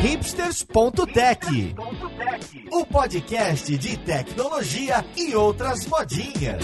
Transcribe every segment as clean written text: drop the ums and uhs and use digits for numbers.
hipsters.tech, o podcast de tecnologia e outras modinhas.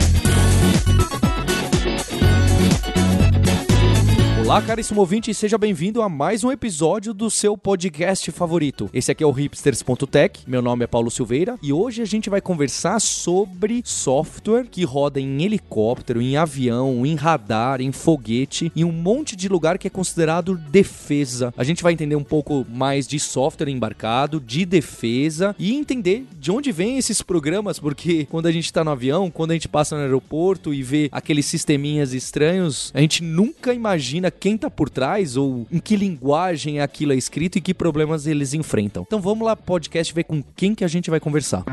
Olá, caríssimo ouvinte, e seja bem-vindo a mais um episódio do seu podcast favorito. Esse aqui é o hipsters.tech, meu nome é Paulo Silveira e hoje a gente vai conversar sobre software que roda em helicóptero, em avião, em radar, em foguete, em um monte de lugar que é considerado defesa. A gente vai entender um pouco mais de software embarcado, de defesa e entender de onde vêm esses programas, porque quando a gente tá no avião, quando a gente passa no aeroporto e vê aqueles sisteminhas estranhos, a gente nunca imagina quem tá por trás ou em que linguagem aquilo é escrito e que problemas eles enfrentam. Então vamos lá, podcast, ver com quem que a gente vai conversar.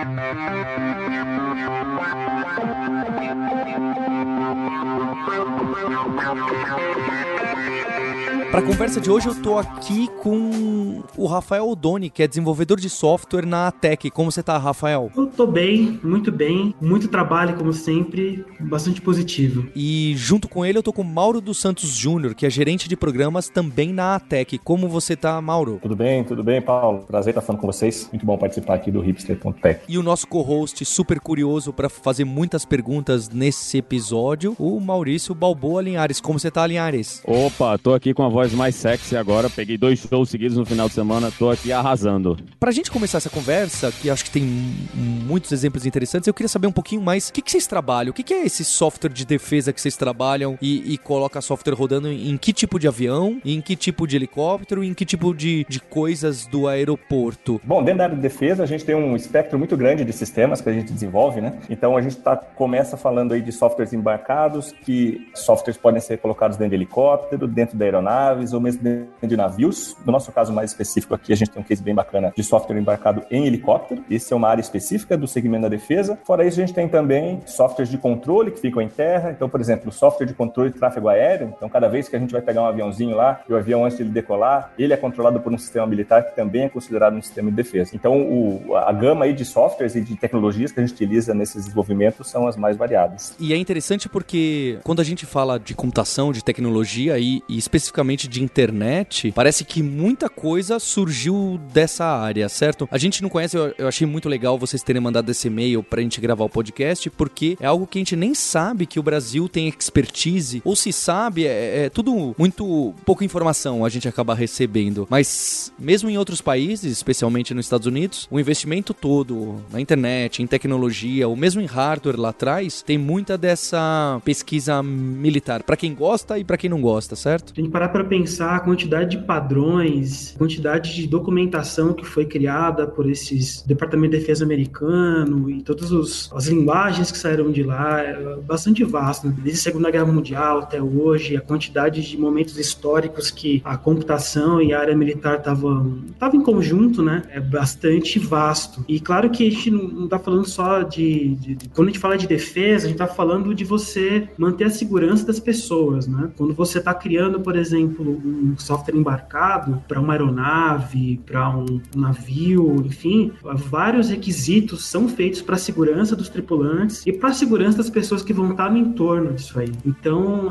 Para a conversa de hoje eu tô aqui com o Rafael Odoni, que é desenvolvedor de software na ATEC. Como você tá, Rafael? Eu tô bem, muito trabalho como sempre, bastante positivo. E junto com ele eu tô com o Mauro dos Santos Júnior, que é gerente de programas também na ATEC. Como você tá, Mauro? Tudo bem, Paulo. Prazer estar falando com vocês. Muito bom participar aqui do hipster.tech. E o nosso co-host super curioso para fazer muitas perguntas nesse episódio, o Maurício Balboa Linhares. Como você tá, Linhares? Opa, tô aqui com a voz mais sexy agora, peguei 2 shows seguidos no final de semana, tô aqui arrasando. Pra gente começar essa conversa, que acho que tem muitos exemplos interessantes, eu queria saber um pouquinho mais o que vocês trabalham, o que é esse software de defesa que vocês trabalham e coloca software rodando em que tipo de avião, em que tipo de helicóptero, em que tipo de coisas do aeroporto? Bom, dentro da área de defesa a gente tem um espectro muito grande de sistemas que a gente desenvolve, né? Então a gente começa falando aí de softwares embarcados, que softwares podem ser colocados dentro de helicóptero, dentro da aeronave, ou mesmo dentro de navios. No nosso caso mais específico aqui, a gente tem um case bem bacana de software embarcado em helicóptero. Isso é uma área específica do segmento da defesa. Fora isso, a gente tem também softwares de controle que ficam em terra. Então, por exemplo, software de controle de tráfego aéreo. Então, cada vez que a gente vai pegar um aviãozinho lá, e o avião, antes de ele decolar, ele é controlado por um sistema militar que também é considerado um sistema de defesa. Então, a gama aí de softwares e de tecnologias que a gente utiliza nesses desenvolvimentos são as mais variadas. E é interessante porque quando a gente fala de computação, de tecnologia e especificamente de internet, parece que muita coisa surgiu dessa área, certo? A gente não conhece, eu achei muito legal vocês terem mandado esse e-mail pra gente gravar o podcast, porque é algo que a gente nem sabe que o Brasil tem expertise, ou se sabe, é tudo muito pouca informação a gente acaba recebendo, mas mesmo em outros países, especialmente nos Estados Unidos, o investimento todo na internet, em tecnologia, ou mesmo em hardware lá atrás, tem muita dessa pesquisa militar, pra quem gosta e pra quem não gosta, certo? Tem que parar para pensar a quantidade de padrões, quantidade de documentação que foi criada por esses Departamento de Defesa americano e todas as linguagens que saíram de lá, é bastante vasto, né? Desde a Segunda Guerra Mundial até hoje, a quantidade de momentos históricos que a computação e a área militar estavam em conjunto, né? É bastante vasto. E claro que a gente não está falando só quando a gente fala de defesa, a gente está falando de você manter a segurança das pessoas, né? Quando você está criando, por exemplo, um software embarcado para uma aeronave, para um navio, enfim, vários requisitos são feitos para a segurança dos tripulantes e para a segurança das pessoas que vão estar no entorno disso aí. Então,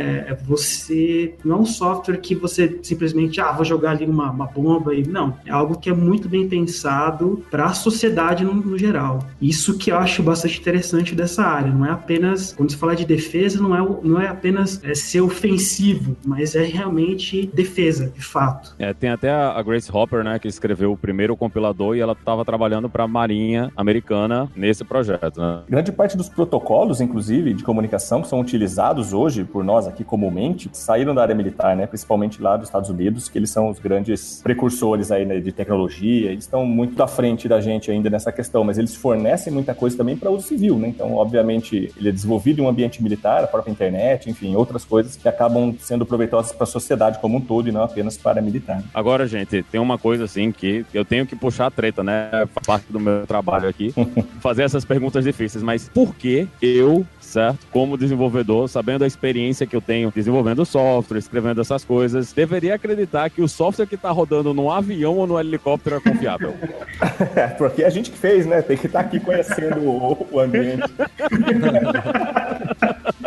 você não é um software que você simplesmente, vou jogar ali uma bomba e não, é algo que é muito bem pensado para a sociedade no geral. Isso que eu acho bastante interessante dessa área, não é apenas, quando se fala de defesa, não é apenas ser ofensivo, mas é realmente defesa, de fato. Tem até a Grace Hopper, né, que escreveu o primeiro compilador e ela estava trabalhando para a Marinha Americana nesse projeto, né? Grande parte dos protocolos, inclusive, de comunicação que são utilizados hoje por nós aqui comumente, saíram da área militar, né, principalmente lá dos Estados Unidos, que eles são os grandes precursores aí, né, de tecnologia, eles estão muito à frente da gente ainda nessa questão, mas eles fornecem muita coisa também para uso civil, né? Então, obviamente, ele é desenvolvido em um ambiente militar, a própria internet, enfim, outras coisas que acabam sendo proveitosas para a sociedade como um todo e não apenas para a militar. Agora, gente, tem uma coisa assim que eu tenho que puxar a treta, né? Faz parte do meu trabalho aqui, fazer essas perguntas difíceis, mas por que eu, certo, como desenvolvedor, sabendo a experiência que eu tenho desenvolvendo software, escrevendo essas coisas, deveria acreditar que o software que está rodando no avião ou no helicóptero é confiável? Porque a gente que fez, né? Tem que estar aqui conhecendo o ambiente.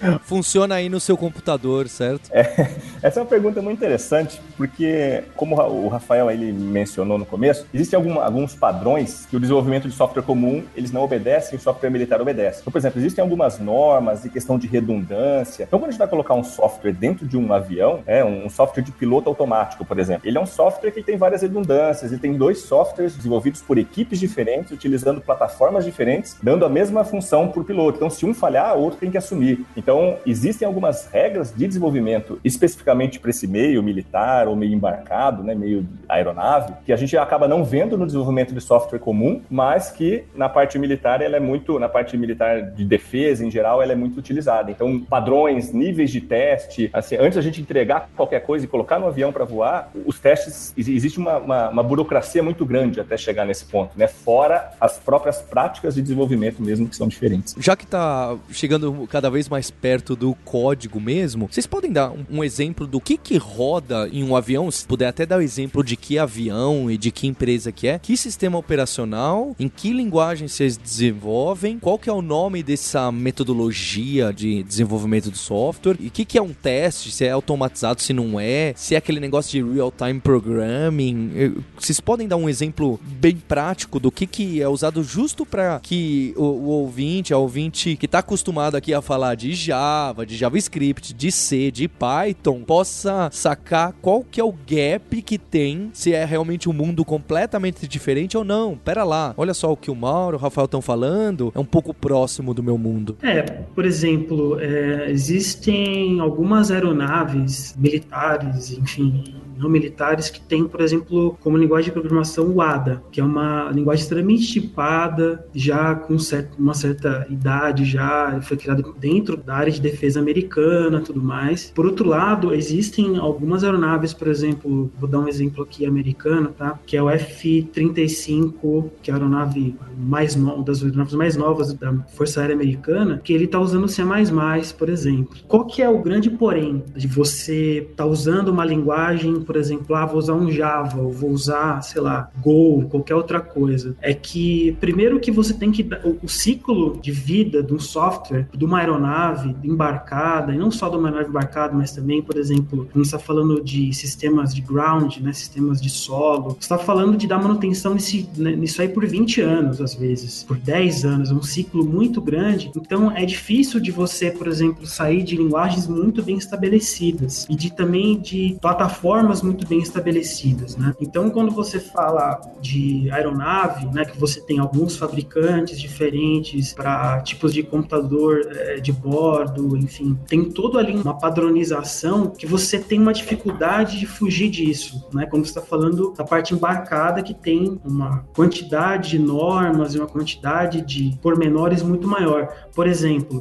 funciona aí no seu computador, certo? Essa é uma pergunta muito interessante, porque, como o Rafael ele mencionou no começo, existem alguns padrões que o desenvolvimento de software comum, eles não obedecem, o software militar obedece. Então, por exemplo, existem algumas normas e questão de redundância. Então, quando a gente vai colocar um software dentro de um avião, um software de piloto automático, por exemplo, ele é um software que tem várias redundâncias, ele tem 2 softwares desenvolvidos por equipes diferentes, utilizando plataformas diferentes, dando a mesma função por piloto. Então, se um falhar, o outro tem que assumir. Então, existem algumas regras de desenvolvimento especificamente para esse meio militar ou meio embarcado, né, meio aeronave, que a gente acaba não vendo no desenvolvimento de software comum, mas que na parte militar na parte militar de defesa em geral, ela é muito utilizada. Então, padrões, níveis de teste, assim, antes da gente entregar qualquer coisa e colocar no avião para voar, os testes, existe uma burocracia muito grande até chegar nesse ponto, né? Fora as próprias práticas de desenvolvimento mesmo, que são diferentes. Já que tá chegando cada vez mais perto do código mesmo, vocês podem dar um exemplo do que roda em um avião? Se puder até dar o exemplo de que avião e de que empresa que é, que sistema operacional, em que linguagem vocês desenvolvem, qual que é o nome dessa metodologia de desenvolvimento do software, e o que é um teste, se é automatizado, se não é, se é aquele negócio de real-time programming. Vocês podem dar um exemplo bem prático do que é usado justo para que o ouvinte, a ouvinte que está acostumado aqui a falar de Java, de JavaScript, de C, de Python, possa sacar qual que é o gap que tem, se é realmente um mundo completamente diferente ou não. Pera lá, olha só o que o Mauro e o Rafael estão falando, é um pouco próximo do meu mundo. Por exemplo, existem algumas aeronaves militares, enfim, não militares, que tem, por exemplo, como linguagem de programação o ADA, que é uma linguagem extremamente tipada, já com uma certa idade, já foi criada dentro da área de defesa americana, tudo mais. Por outro lado, existem algumas aeronaves, por exemplo, vou dar um exemplo aqui americano, tá? Que é o F-35, que é a aeronave das aeronaves mais novas da Força Aérea Americana, que ele está usando C++, por exemplo. Qual que é o grande porém de você estar usando uma linguagem, por exemplo, vou usar um Java, ou vou usar, sei lá, Go, qualquer outra coisa? É que, primeiro que você tem que dar o ciclo de vida de um software, de uma aeronave embarcada, e não só de uma aeronave embarcada, mas também, por exemplo, quando você está falando de sistemas de ground, né, sistemas de solo, você está falando de dar manutenção nisso aí por 20 anos, às vezes, por 10 anos, é um ciclo muito grande. Então, é difícil de você, por exemplo, sair de linguagens muito bem estabelecidas e também de plataformas muito bem estabelecidas, né? Então, quando você fala de aeronave, né, que você tem alguns fabricantes diferentes para tipos de computador de bordo, enfim, tem todo ali uma padronização que você tem uma dificuldade de fugir disso, né? Quando você está falando da parte embarcada, que tem uma quantidade de normas e uma quantidade de pormenores muito maior. Por exemplo,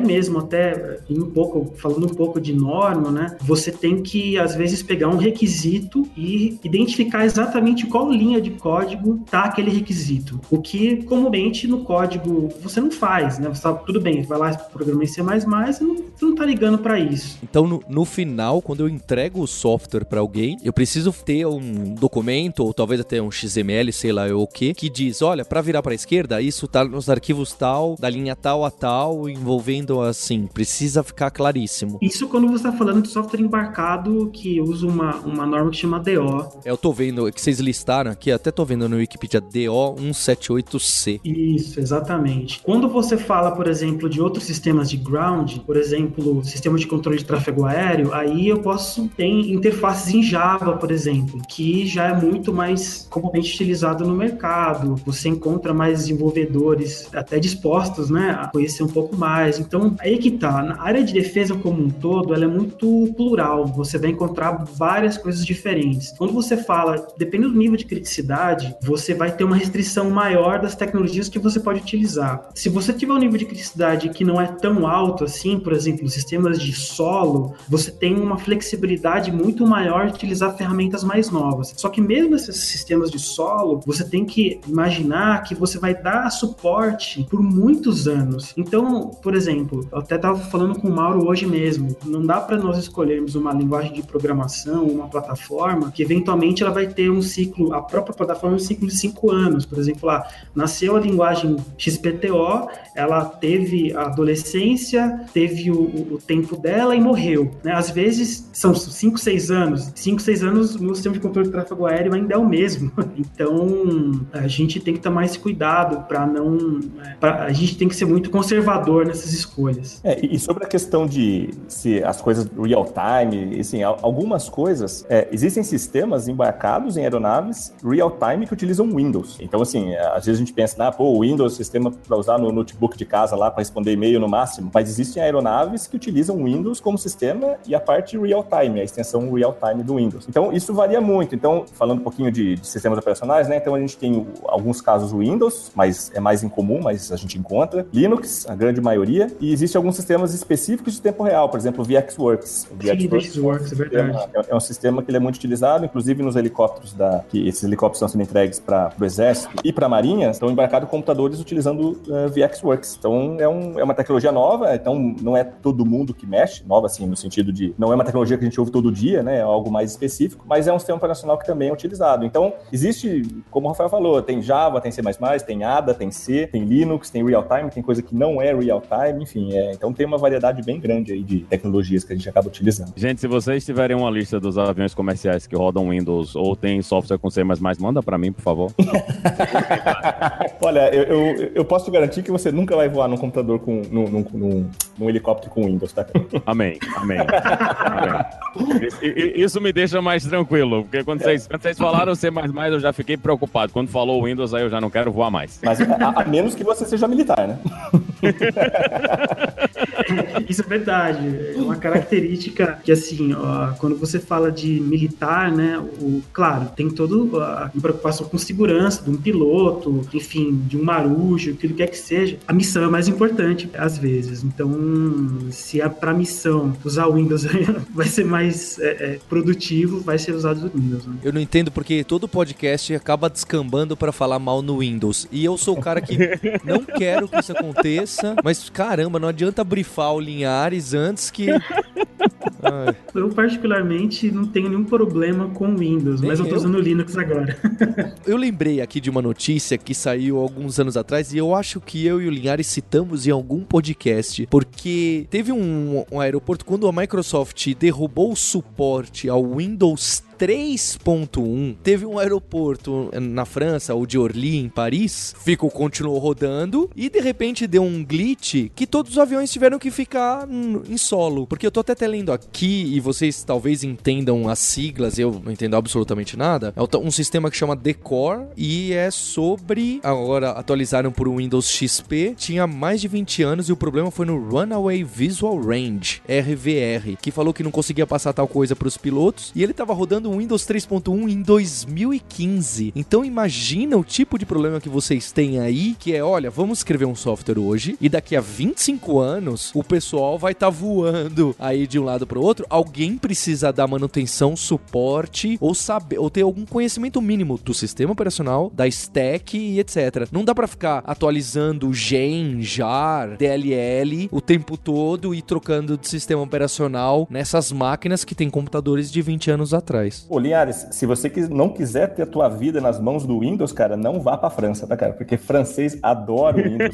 falando um pouco de norma, né? Você tem que, às vezes, pegar um requisito e identificar exatamente qual linha de código tá aquele requisito. O que, comumente, no código você não faz, né? Você tá, tudo bem, vai lá, programa em C++, você não tá ligando para isso. Então, no final, quando eu entrego o software para alguém, eu preciso ter um documento, ou talvez até um XML, sei lá o que diz, olha, para virar para a esquerda, isso tá nos arquivos tal, da linha tal a tal, envolvendo assim, precisa ficar claríssimo. Isso quando você tá falando de software embarcado que usa uma norma que chama DO. Eu tô vendo, que vocês listaram aqui, até tô vendo no Wikipedia, DO 178C. Isso, exatamente. Quando você fala, por exemplo, de outros sistemas de ground, por exemplo, sistema de controle de tráfego aéreo, aí eu posso ter interfaces em Java, por exemplo, que já é muito mais comumente utilizado no mercado. Você encontra mais desenvolvedores até dispostos, né, a conhecer um pouco mais. Então, aí que tá. Na área de defesa como um todo, ela é muito plural. Você vai encontrar várias coisas diferentes. Quando você fala, dependendo do nível de criticidade, você vai ter uma restrição maior das tecnologias que você pode utilizar. Se você tiver um nível de criticidade que não é tão alto assim, por exemplo, sistemas de solo, você tem uma flexibilidade muito maior de utilizar ferramentas mais novas. Só que mesmo esses sistemas de solo, você tem que imaginar que você vai dar suporte por muitos anos. Então, por exemplo, eu até estava falando com o Mauro hoje mesmo, não dá para nós escolhermos uma linguagem de programação, uma plataforma, que eventualmente ela vai ter um ciclo, a própria plataforma, um ciclo de 5 anos. Por exemplo, nasceu a linguagem XPTO, ela teve a adolescência, empresa teve o tempo dela e morreu, né? Às vezes são 5, 6 anos. 5, 6 anos no sistema de controle de tráfego aéreo ainda é o mesmo. Então, a gente tem que tomar esse cuidado para não... a gente tem que ser muito conservador nessas escolhas. E sobre a questão de se as coisas real time, assim, algumas coisas, existem sistemas embarcados em aeronaves real time que utilizam Windows. Então, assim, às vezes a gente pensa, o Windows é sistema para usar no notebook de casa lá para responder e-mail no máximo, mas existem aeronaves que utilizam Windows como sistema e a parte real time, a extensão real time do Windows. Então, isso varia muito. Então, falando um pouquinho de sistemas operacionais, né? Então, a gente tem alguns casos Windows, mas é mais incomum, mas a gente encontra. Linux, a grande maioria. E existem alguns sistemas específicos de tempo real, por exemplo, o VxWorks. O VxWorks, é verdade. É um sistema que ele é muito utilizado, inclusive nos helicópteros que esses helicópteros estão sendo entregues para o Exército e para a Marinha, estão embarcados computadores utilizando VxWorks. Então, é uma tecnologia nova, então não é todo mundo que mexe, nova assim, no sentido de não é uma tecnologia que a gente ouve todo dia, né? É algo mais específico, mas é um sistema operacional que também é utilizado. Então, existe, como o Rafael falou, tem Java, tem C++, tem ADA, tem C, tem Linux, tem real-time, tem coisa que não é real-time, enfim. Então, tem uma variedade bem grande aí de tecnologias que a gente acaba utilizando. Gente, se vocês tiverem uma lista dos aviões comerciais que rodam Windows ou tem software com C++, manda pra mim, por favor. Olha, eu posso te garantir que você nunca vai voar num computador num helicóptero com Windows, tá? Amém. Isso me deixa mais tranquilo, porque quando vocês falaram C++, eu já fiquei preocupado. Quando falou Windows, aí eu já não quero voar mais. Mas a menos que você seja militar, né? Isso é verdade. É uma característica que, assim, quando você fala de militar, né, claro, tem toda a preocupação com segurança de um piloto, enfim, de um marujo, o que quer que seja. A missão é mais importante, às vezes. Então, se é para missão usar o Windows vai ser mais produtivo, vai ser usado o Windows. Né? Eu não entendo porque todo podcast acaba descambando para falar mal no Windows. E eu sou o cara que não quero que isso aconteça, mas caramba, não adianta brifar o Linhares antes que... Eu particularmente não tenho nenhum problema com o Windows, mas eu tô usando o Linux agora. Eu lembrei aqui de uma notícia que saiu alguns anos atrás e eu acho que eu e o Linhares citamos em algum podcast, porque teve um aeroporto, quando a Microsoft derrubou o suporte ao Windows 3.1, teve um aeroporto na França, o de Orly, em Paris, continuou rodando e de repente deu um glitch que todos os aviões tiveram que ficar em solo. Porque eu tô até lendo aqui e vocês talvez entendam as siglas, eu não entendo absolutamente nada. É um sistema que chama Decor e é sobre... Agora atualizaram por Windows XP, tinha mais de 20 anos e o problema foi no Runaway Visual Range, RVR, que falou que não conseguia passar tal coisa pros pilotos e ele tava rodando o Windows 3.1 em 2015. Então imagina o tipo de problema que vocês têm aí, que é, olha, vamos escrever um software hoje e daqui a 25 anos o pessoal vai estar voando aí de um lado para o outro. Alguém precisa dar manutenção, suporte ou saber, ou ter algum conhecimento mínimo do sistema operacional, da stack e etc. Não dá para ficar atualizando gen, jar, DLL o tempo todo e trocando de sistema operacional nessas máquinas que tem computadores de 20 anos atrás. Ô, Linhares, se você não quiser ter a tua vida nas mãos do Windows, cara, não vá pra França, tá, cara? Porque francês adora o Windows.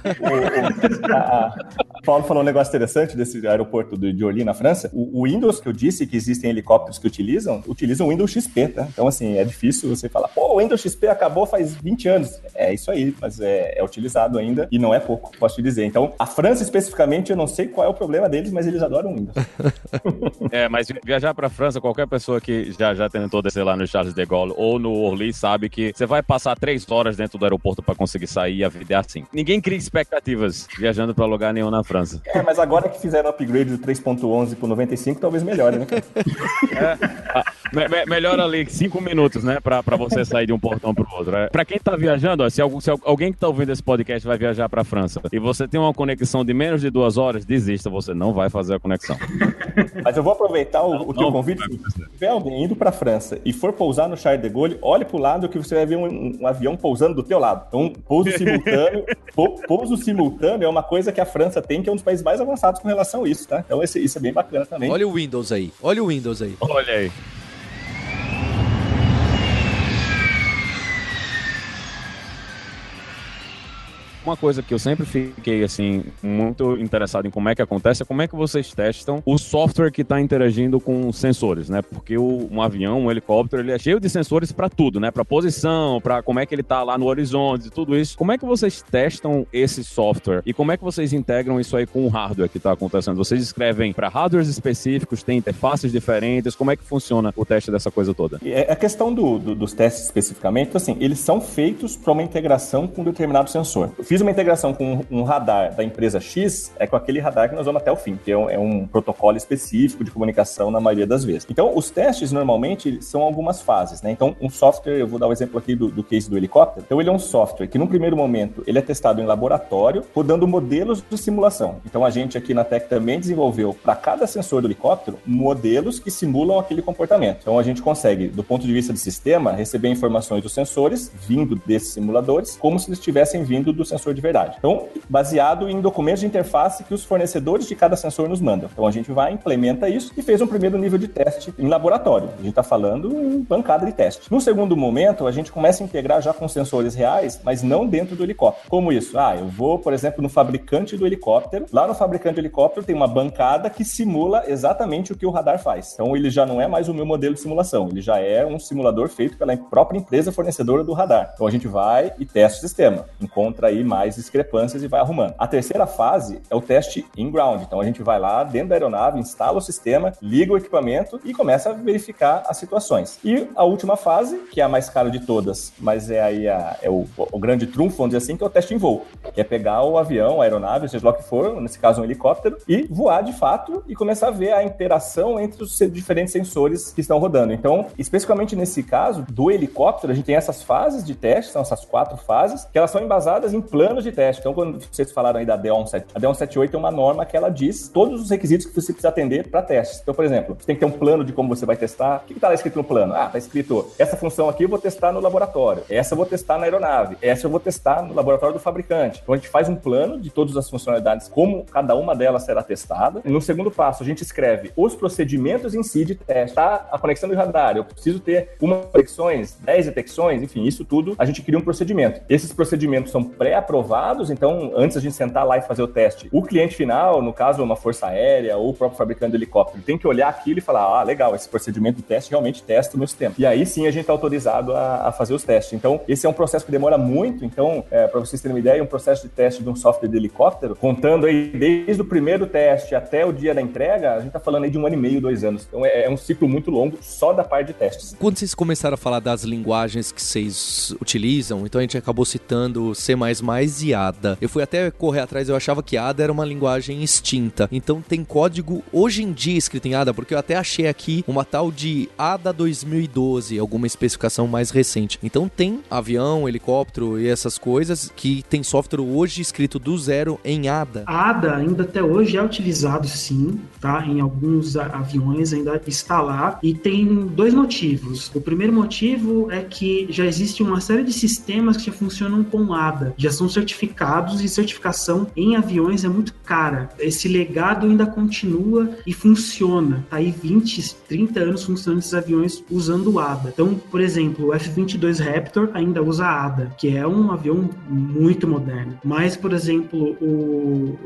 O Paulo falou um negócio interessante desse aeroporto de Orly, na França. O Windows, que eu disse que existem helicópteros que utilizam o Windows XP, tá? Então, assim, é difícil você falar, pô, o Windows XP acabou faz 20 anos. É isso aí, mas é utilizado ainda e não é pouco, posso te dizer. Então, a França, especificamente, eu não sei qual é o problema deles, mas eles adoram o Windows. Mas viajar pra França, qualquer pessoa que já tentou descer lá no Charles de Gaulle ou no Orly sabe que você vai passar 3 horas dentro do aeroporto pra conseguir sair e a vida é assim. Ninguém cria expectativas viajando pra lugar nenhum na França. Mas agora que fizeram o upgrade do 3.11 pro 95, talvez melhore, né, cara? Melhora ali 5 minutos, né, pra você sair de um portão pro outro. Pra quem tá viajando, ó, se alguém que tá ouvindo esse podcast vai viajar pra França e você tem uma conexão de menos de 2 horas, desista, você não vai fazer a conexão. Mas eu vou aproveitar o teu convite. Se tiver alguém indo pra França e for pousar no Charles de Gaulle, olhe pro lado que você vai ver um avião pousando do teu lado. Então, pouso simultâneo é uma coisa que a França tem, que é um dos países mais avançados com relação a isso, tá? Então, isso é bem bacana também. Olha o Windows aí. Olha aí. Uma coisa que eu sempre fiquei, assim, muito interessado em como é que acontece é como é que vocês testam o software que está interagindo com sensores, né? Porque um avião, um helicóptero, ele é cheio de sensores para tudo, né? Para posição, para como é que ele tá lá no horizonte, tudo isso. Como é que vocês testam esse software? E como é que vocês integram isso aí com o hardware que está acontecendo? Vocês escrevem para hardwares específicos, tem interfaces diferentes? Como é que funciona o teste dessa coisa toda? A questão dos testes especificamente, assim, eles são feitos para uma integração com um determinado sensor. Eu fiz uma integração com um radar da empresa X, é com aquele radar que nós vamos até o fim, que é um protocolo específico de comunicação na maioria das vezes. Então, os testes, normalmente, são algumas fases, né? Então, um software, eu vou dar o exemplo aqui do case do helicóptero. Então, ele é um software que, num primeiro momento, ele é testado em laboratório, rodando modelos de simulação. Então, a gente aqui na Tech também desenvolveu, para cada sensor do helicóptero, modelos que simulam aquele comportamento. Então, a gente consegue, do ponto de vista de sistema, receber informações dos sensores vindo desses simuladores, como se eles estivessem vindo do sensor de verdade. Então, baseado em documentos de interface que os fornecedores de cada sensor nos mandam. Então, a gente vai, implementa isso e fez um primeiro nível de teste em laboratório. A gente está falando em bancada de teste. No segundo momento, a gente começa a integrar já com sensores reais, mas não dentro do helicóptero. Como isso? Eu vou, por exemplo, no fabricante do helicóptero. Lá no fabricante do helicóptero tem uma bancada que simula exatamente o que o radar faz. Então, ele já não é mais o meu modelo de simulação. Ele já é um simulador feito pela própria empresa fornecedora do radar. Então, a gente vai e testa o sistema. Encontra aí mais discrepâncias e vai arrumando. A terceira fase é o teste in-ground. Então, a gente vai lá dentro da aeronave, instala o sistema, liga o equipamento e começa a verificar as situações. E a última fase, que é a mais cara de todas, mas é aí o grande trunfo, vamos dizer assim, que é o teste em voo. Que é pegar o avião, a aeronave, seja lá o que for, nesse caso um helicóptero, e voar de fato e começar a ver a interação entre os diferentes sensores que estão rodando. Então, especificamente nesse caso do helicóptero, a gente tem essas fases de teste, são essas 4 fases, que elas são embasadas em planos de teste. Então, quando vocês falaram aí da DO-178, a DO-178 é uma norma que ela diz todos os requisitos que você precisa atender para testes. Então, por exemplo, você tem que ter um plano de como você vai testar. O que está lá escrito no plano? Está escrito, essa função aqui eu vou testar no laboratório, essa eu vou testar na aeronave, essa eu vou testar no laboratório do fabricante. Então, a gente faz um plano de todas as funcionalidades, como cada uma delas será testada. No segundo passo, a gente escreve os procedimentos em si de teste. A conexão do radar, eu preciso ter uma conexões, 10 detecções, enfim, isso tudo, a gente cria um procedimento. Esses procedimentos são pré-aprovados, então, antes a gente sentar lá e fazer o teste, o cliente final, no caso, uma força aérea ou o próprio fabricante do helicóptero, tem que olhar aquilo e falar, legal, esse procedimento de teste realmente testa o meu sistema. E aí sim a gente é autorizado a fazer os testes. Então, esse é um processo que demora muito. Então, para vocês terem uma ideia, um processo de teste de um software de helicóptero, contando aí desde o primeiro teste até o dia da entrega, a gente está falando aí de 1 ano e meio, 2 anos. Então, é um ciclo muito longo só da parte de testes. Quando vocês começaram a falar das linguagens que vocês utilizam, então a gente acabou citando C++ e ADA. Eu fui até correr atrás, eu achava que ADA era uma linguagem extinta. Então tem código hoje em dia escrito em ADA, porque eu até achei aqui uma tal de ADA 2012, alguma especificação mais recente. Então tem avião, helicóptero e essas coisas que tem software hoje escrito do zero em ADA. A ADA ainda até hoje é utilizado sim, tá? Em alguns aviões ainda está lá, e tem 2 motivos. O primeiro motivo é que já existe uma série de sistemas que já funcionam com ADA, já são certificados, e certificação em aviões é muito cara. Esse legado ainda continua e funciona. Tá aí 20, 30 anos funcionando esses aviões usando ADA. Então, por exemplo, o F-22 Raptor ainda usa ADA, que é um avião muito moderno. Mas, por exemplo, o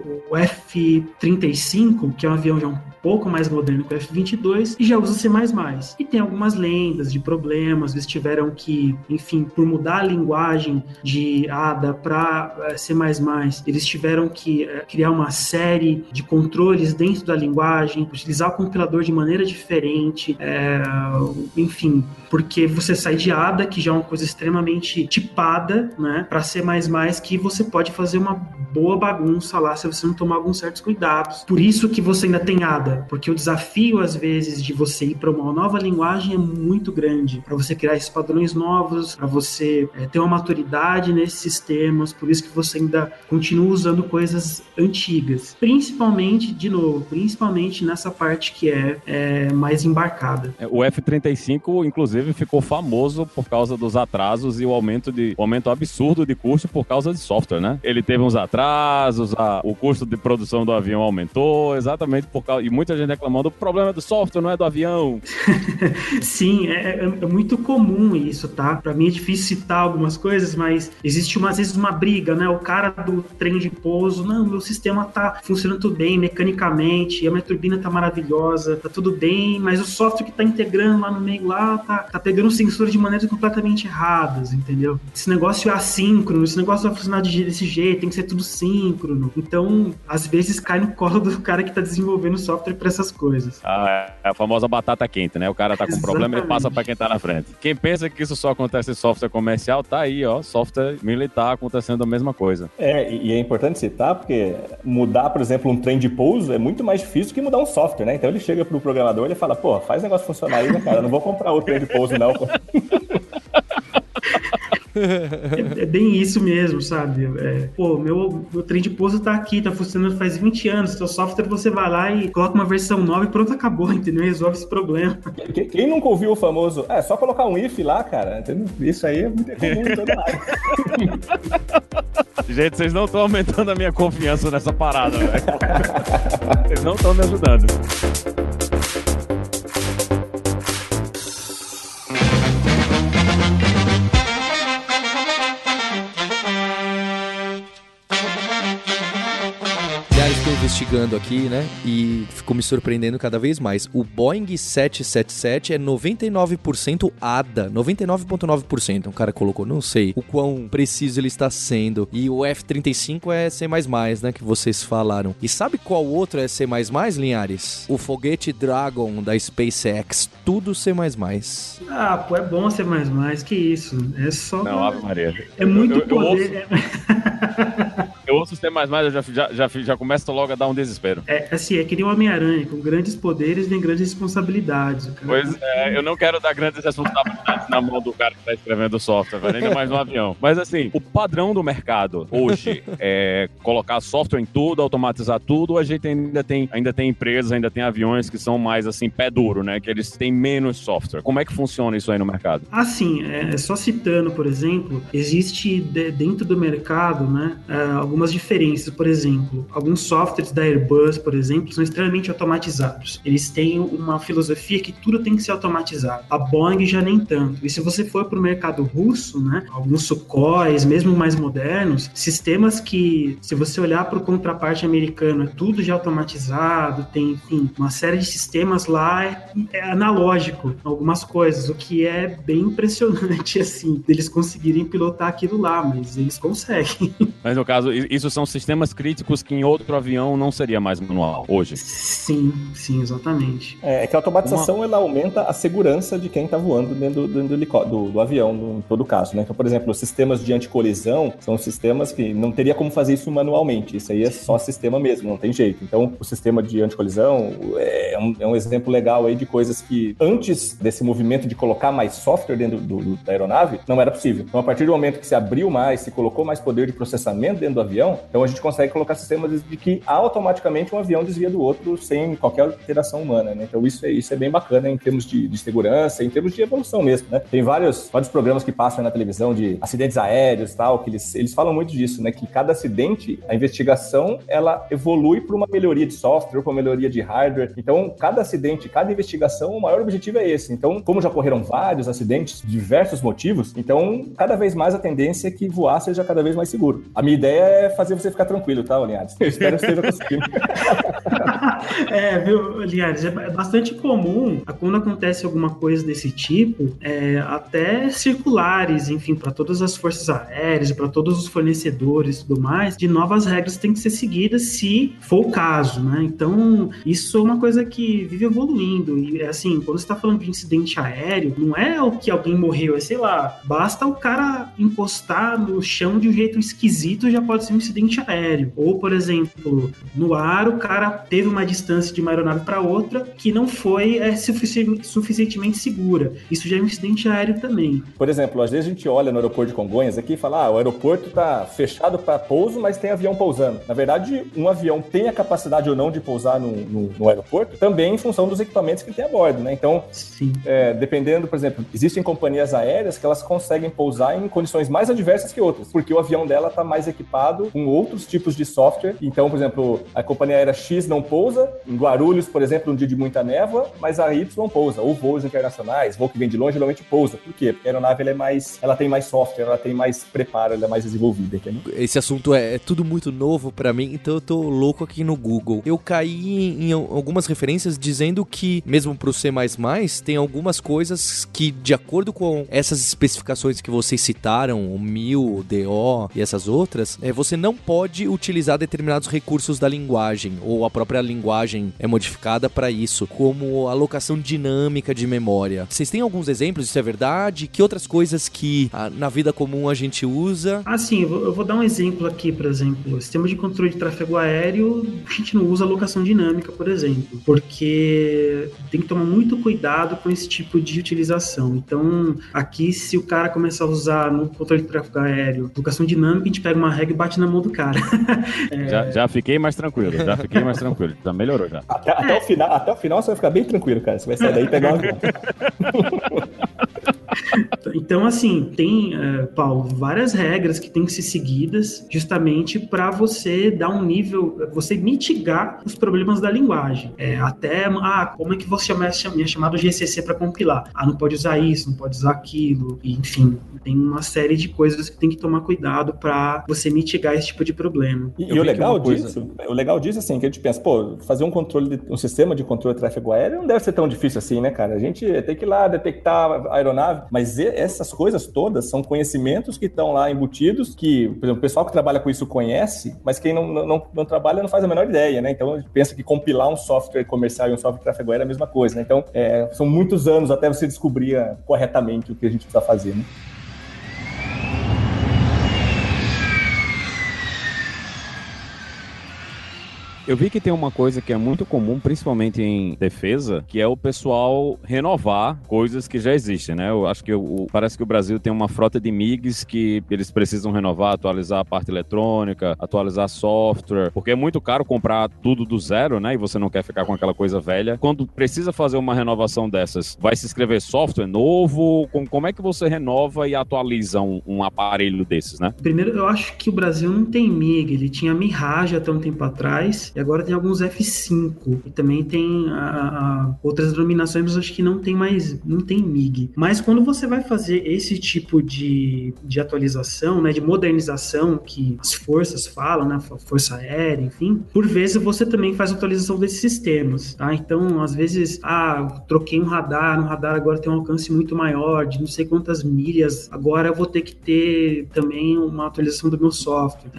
F-35, que é um avião já um pouco mais moderno que o F-22, e já usa C++. E tem algumas lendas de problemas, eles tiveram que, enfim, por mudar a linguagem de ADA para C++, eles tiveram que criar uma série de controles dentro da linguagem, utilizar o compilador de maneira diferente, enfim, porque você sai de ADA, que já é uma coisa extremamente tipada, né, para C++, que você pode fazer uma boa bagunça lá se você não tomar alguns certos cuidados. Por isso que você ainda tem ADA, porque o desafio, às vezes, de você ir para uma nova linguagem é muito grande, para você criar esses padrões novos, para você ter uma maturidade nesses sistemas, por isso que você ainda continua usando coisas antigas. Principalmente, de novo, principalmente nessa parte que é mais embarcada. O F-35, inclusive, ficou famoso por causa dos atrasos e o aumento absurdo de custo por causa de software, né? Ele teve uns atrasos, o custo de produção do avião aumentou, exatamente por causa... E muita gente reclamando, o problema é do software, não é do avião. Sim, é muito comum isso, tá? Pra mim é difícil citar algumas coisas, mas existe às vezes uma briga briga, né? O cara do trem de pouso, não, meu sistema tá funcionando tudo bem mecanicamente, a minha turbina tá maravilhosa, tá tudo bem, mas o software que tá integrando lá no meio lá tá pegando o sensor de maneiras completamente erradas, entendeu? Esse negócio é assíncrono, esse negócio vai funcionar desse jeito, tem que ser tudo síncrono. Então, às vezes cai no colo do cara que tá desenvolvendo software para essas coisas. É a famosa batata quente, né? O cara tá com um problema e passa para quem tá na frente. Quem pensa que isso só acontece em software comercial, tá aí, ó, software militar acontecendo a mesma coisa. E é importante citar, porque mudar, por exemplo, um trem de pouso é muito mais difícil que mudar um software, né? Então ele chega pro programador e fala, pô, faz o negócio funcionar aí, né, cara? Não vou comprar outro trem de pouso, não. É bem isso mesmo, sabe? Meu trem de pouso tá aqui, tá funcionando faz 20 anos. Seu software você vai lá e coloca uma versão nova e pronto, acabou, entendeu? Resolve esse problema. Quem nunca ouviu o famoso, só colocar um if lá, cara, entendeu? Isso aí é muito comum em toda área. Gente, vocês não estão aumentando a minha confiança nessa parada, velho. Vocês não estão me ajudando. Estou investigando aqui, né, e ficou me surpreendendo cada vez mais. O Boeing 777 é 99% ADA, 99,9%. Um cara colocou, não sei o quão preciso ele está sendo. E o F-35 é C++, né, que vocês falaram. E sabe qual outro é C++, Linhares? O foguete Dragon da SpaceX, tudo C++. Ah, pô, é bom C++, que isso. É só... Não, Ave Maria. É muito poder. Eu ouço C++, eu já começo logo a dar um desespero. É que nem o Homem-Aranha, com grandes poderes vem grandes responsabilidades. Cara. Pois é, eu não quero dar grandes responsabilidades na mão do cara que tá escrevendo o software, ainda mais no avião. Mas assim, o padrão do mercado hoje é colocar software em tudo, automatizar tudo, a gente ainda tem empresas, ainda tem aviões que são mais assim, pé duro, né? Que eles têm menos software. Como é que funciona isso aí no mercado? Assim, só citando, por exemplo, existe dentro do mercado, né, algumas diferenças. Por exemplo, alguns softwares da Airbus, por exemplo, são extremamente automatizados. Eles têm uma filosofia que tudo tem que ser automatizado. A Boeing já nem tanto. E se você for para o mercado russo, né, alguns Sukhois, mesmo mais modernos, sistemas que, se você olhar para o contraparte americano, é tudo já automatizado, tem, enfim, uma série de sistemas lá, é analógico, algumas coisas, o que é bem impressionante, assim, deles conseguirem pilotar aquilo lá, mas eles conseguem. Mas no caso, isso são sistemas críticos que em outro avião não seria mais manual hoje. Sim, exatamente. É que a automatização ela aumenta a segurança de quem está voando dentro do avião, em todo caso, né? Então, por exemplo, os sistemas de anticolisão são sistemas que não teria como fazer isso manualmente. Isso aí é só sistema mesmo, não tem jeito. Então, o sistema de anticolisão é um exemplo legal aí de coisas que antes desse movimento de colocar mais software dentro da aeronave, não era possível. Então, a partir do momento que se abriu mais, se colocou mais poder de processamento dentro do avião, então a gente consegue colocar sistemas de que automaticamente um avião desvia do outro sem qualquer alteração humana, né? Então isso é bem bacana em termos de segurança, em termos de evolução mesmo, né? Tem vários programas que passam na televisão de acidentes aéreos e tal, que eles falam muito disso, né? Que cada acidente, a investigação, ela evolui para uma melhoria de software, para uma melhoria de hardware. Então, cada acidente, cada investigação, o maior objetivo é esse. Então, como já ocorreram vários acidentes, diversos motivos, então, cada vez mais a tendência é que voar seja cada vez mais seguro. A minha ideia é fazer você ficar tranquilo, tá, Linhares? Eu espero que esteja conseguindo. Viu, Linhares, é bastante comum quando acontece alguma coisa desse tipo, até circulares, enfim, para todas as forças aéreas, para todos os fornecedores e tudo mais, de novas regras têm que ser seguidas se for o caso, né? Então, isso é uma coisa que vive evoluindo. E, assim, quando você está falando de incidente aéreo, não é o que alguém morreu, é, sei lá, basta o cara encostar no chão de um jeito esquisito, já pode ser um incidente aéreo. Ou, por exemplo, no ar, o cara teve uma distância de uma aeronave para outra que não foi suficientemente segura. Isso já é um incidente aéreo também. Por exemplo, às vezes a gente olha no aeroporto de Congonhas aqui e fala, o aeroporto está fechado para pouso, mas tem avião pousando. Na verdade, um avião tem a capacidade ou não de pousar no aeroporto, também em função dos equipamentos que tem a bordo, né? Então, dependendo, por exemplo, existem companhias aéreas que elas conseguem pousar em condições mais adversas que outras, porque o avião dela está mais equipado com outros tipos de software. Então, por exemplo, a companhia aérea X não pousa, pousa. Em Guarulhos, por exemplo, um dia de muita névoa, mas a Y pousa. Ou voos internacionais, voo que vem de longe, geralmente pousa. Por quê? Porque a aeronave ela tem mais software, ela tem mais preparo, ela é mais desenvolvida, entendeu? Esse assunto é tudo muito novo pra mim, então eu tô louco aqui no Google. Eu caí em algumas referências dizendo que, mesmo pro C++, tem algumas coisas que, de acordo com essas especificações que vocês citaram, o MIL, o DO e essas outras, você não pode utilizar determinados recursos da linguagem, ou a própria linguagem é modificada para isso, como alocação dinâmica de memória. Vocês têm alguns exemplos, isso é verdade? Que outras coisas que na vida comum a gente usa? Sim, eu vou dar um exemplo aqui, por exemplo, sistema de controle de tráfego aéreo, a gente não usa alocação dinâmica, por exemplo, porque tem que tomar muito cuidado com esse tipo de utilização. Então, aqui, se o cara começar a usar no controle de tráfego aéreo alocação dinâmica, a gente pega uma regra e bate na mão do cara. Já fiquei mais tranquilo, já melhorou já. Até o final você vai ficar bem tranquilo, cara. Você vai sair daí e pegar uma avião. Então, assim, tem, Paulo, várias regras que têm que ser seguidas justamente para você dar um nível, você mitigar os problemas da linguagem. Como é que você é chamado GCC para compilar? Não pode usar isso, não pode usar aquilo, enfim, tem uma série de coisas que tem que tomar cuidado para você mitigar esse tipo de problema. E o legal disso, assim, que a gente pensa, fazer um sistema de controle de tráfego aéreo não deve ser tão difícil assim, né, cara? A gente tem que ir lá detectar a aeronave, mas essas coisas todas são conhecimentos que estão lá embutidos, que, por exemplo, o pessoal que trabalha com isso conhece, mas quem não trabalha não faz a menor ideia, né? Então, a gente pensa que compilar um software comercial e um software de tráfego aéreo é a mesma coisa, né? Então, são muitos anos até você descobrir corretamente o que a gente precisa fazer, né? Eu vi que tem uma coisa que é muito comum, principalmente em defesa, que é o pessoal renovar coisas que já existem, né? Eu acho que parece que o Brasil tem uma frota de MiGs que eles precisam renovar, atualizar a parte eletrônica, atualizar software, porque é muito caro comprar tudo do zero, né? E você não quer ficar com aquela coisa velha. Quando precisa fazer uma renovação dessas, vai se escrever software novo? Como é que você renova e atualiza um aparelho desses, né? Primeiro, eu acho que o Brasil não tem MiG, ele tinha Mirage até um tempo atrás, e agora tem alguns F5, e também tem outras denominações, mas acho que não tem MiG. Mas quando você vai fazer esse tipo de atualização, né, de modernização, que as forças falam, né, Força Aérea, enfim, por vezes você também faz atualização desses sistemas, tá? Então, às vezes, troquei no radar agora tem um alcance muito maior, de não sei quantas milhas, agora eu vou ter que ter também uma atualização do meu software.